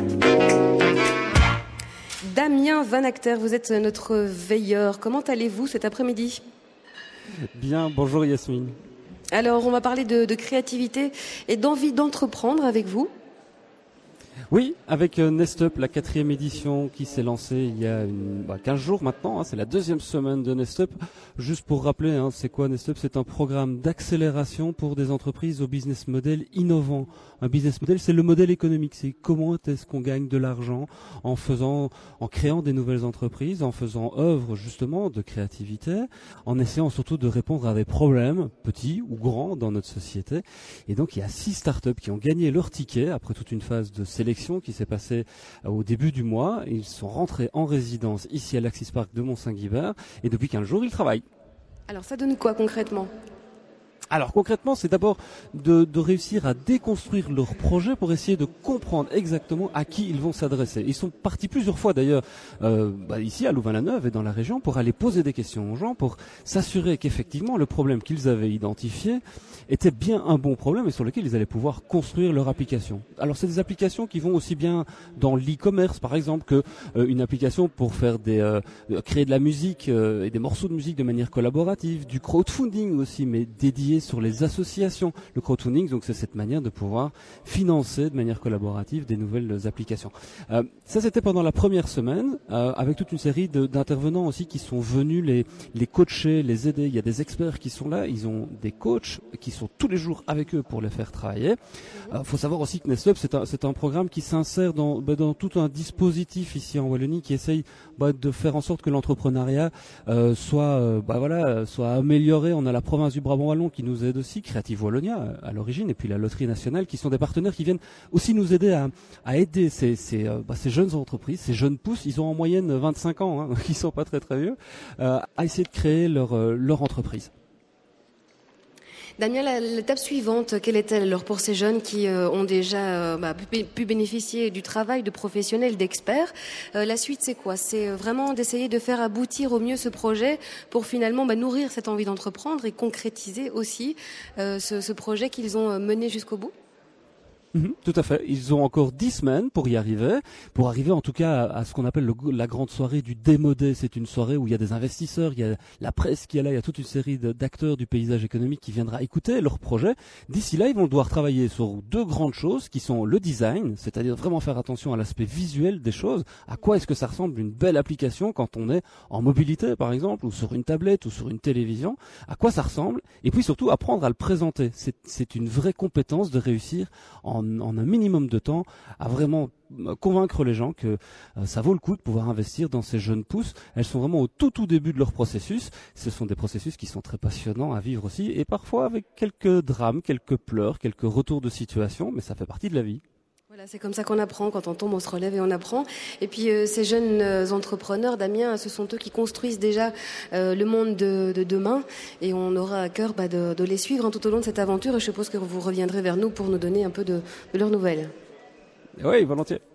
Damien Van Acter, vous êtes notre veilleur. Comment allez-vous cet après-midi ? Bien, bonjour Yasmine. Alors, on va parler de créativité et d'envie d'entreprendre avec vous. Oui, avec Nestup, la 4e édition qui s'est lancée il y a 15 jours maintenant, c'est la 2e semaine de Nestup. Juste pour rappeler, c'est quoi Nestup ? C'est un programme d'accélération pour des entreprises au business model innovant. Un business model, c'est le modèle économique, c'est comment est-ce qu'on gagne de l'argent en créant des nouvelles entreprises, en faisant œuvre justement de créativité, en essayant surtout de répondre à des problèmes, petits ou grands, dans notre société. Et donc il y a 6 startups qui ont gagné leur ticket après toute une phase de sélection qui s'est passée au début du mois. Ils sont rentrés en résidence ici à l'Axis Park de Mont-Saint-Guibert et depuis 15 jours, ils travaillent. Alors ça donne quoi concrètement ? Alors concrètement, c'est d'abord de réussir à déconstruire leur projet pour essayer de comprendre exactement à qui ils vont s'adresser. Ils sont partis plusieurs fois d'ailleurs ici à Louvain-la-Neuve et dans la région pour aller poser des questions aux gens, pour s'assurer qu'effectivement le problème qu'ils avaient identifié était bien un bon problème et sur lequel ils allaient pouvoir construire leur application. Alors c'est des applications qui vont aussi bien dans l'e-commerce par exemple que une application pour faire créer de la musique et des morceaux de musique de manière collaborative, du crowdfunding aussi mais dédié sur les associations. Le crowdfunding, donc c'est cette manière de pouvoir financer de manière collaborative des nouvelles applications. Ça c'était pendant la première semaine, avec toute une série d'intervenants aussi qui sont venus les coacher, les aider. Il y a des experts qui sont là, ils ont des coachs qui sont tous les jours avec eux pour les faire travailler. Faut savoir aussi que Nestup, c'est un programme qui s'insère dans tout un dispositif ici en Wallonie qui essaye de faire en sorte que l'entrepreneuriat soit amélioré. On a la province du Brabant Wallon qui nous aide aussi, Creative Wallonia à l'origine, et puis la Loterie Nationale, qui sont des partenaires qui viennent aussi nous aider à aider ces jeunes entreprises, ces jeunes pousses. Ils ont en moyenne 25 ans, qui sont pas très très vieux, à essayer de créer leur entreprise. Damien, l'étape suivante, quelle est-elle alors pour ces jeunes qui ont déjà pu bénéficier du travail de professionnels, d'experts ? La suite, c'est quoi ? C'est vraiment d'essayer de faire aboutir au mieux ce projet pour finalement nourrir cette envie d'entreprendre et concrétiser aussi ce projet qu'ils ont mené jusqu'au bout ? Tout à fait. Ils ont encore 10 semaines pour y arriver, en tout cas à ce qu'on appelle la grande soirée du démodé. C'est une soirée où il y a des investisseurs, il y a la presse qui est là, il y a toute une série d'acteurs du paysage économique qui viendra écouter leur projet. D'ici là, ils vont devoir travailler sur 2 grandes choses qui sont le design, c'est-à-dire vraiment faire attention à l'aspect visuel des choses. À quoi est-ce que ça ressemble une belle application quand on est en mobilité par exemple, ou sur une tablette ou sur une télévision ? À quoi ça ressemble ? Et puis surtout apprendre à le présenter. C'est une vraie compétence de réussir en un minimum de temps à vraiment convaincre les gens que ça vaut le coup de pouvoir investir dans ces jeunes pousses. Elles sont vraiment au tout début de leur processus. Ce sont des processus qui sont très passionnants à vivre aussi et parfois avec quelques drames, quelques pleurs, quelques retours de situation, mais ça fait partie de la vie. Voilà, c'est comme ça qu'on apprend. Quand on tombe, on se relève et on apprend. Et puis ces jeunes entrepreneurs, Damien, ce sont eux qui construisent déjà le monde de demain. Et on aura à cœur de les suivre tout au long de cette aventure. Et je suppose que vous reviendrez vers nous pour nous donner un peu de leurs nouvelles. Oui, volontiers.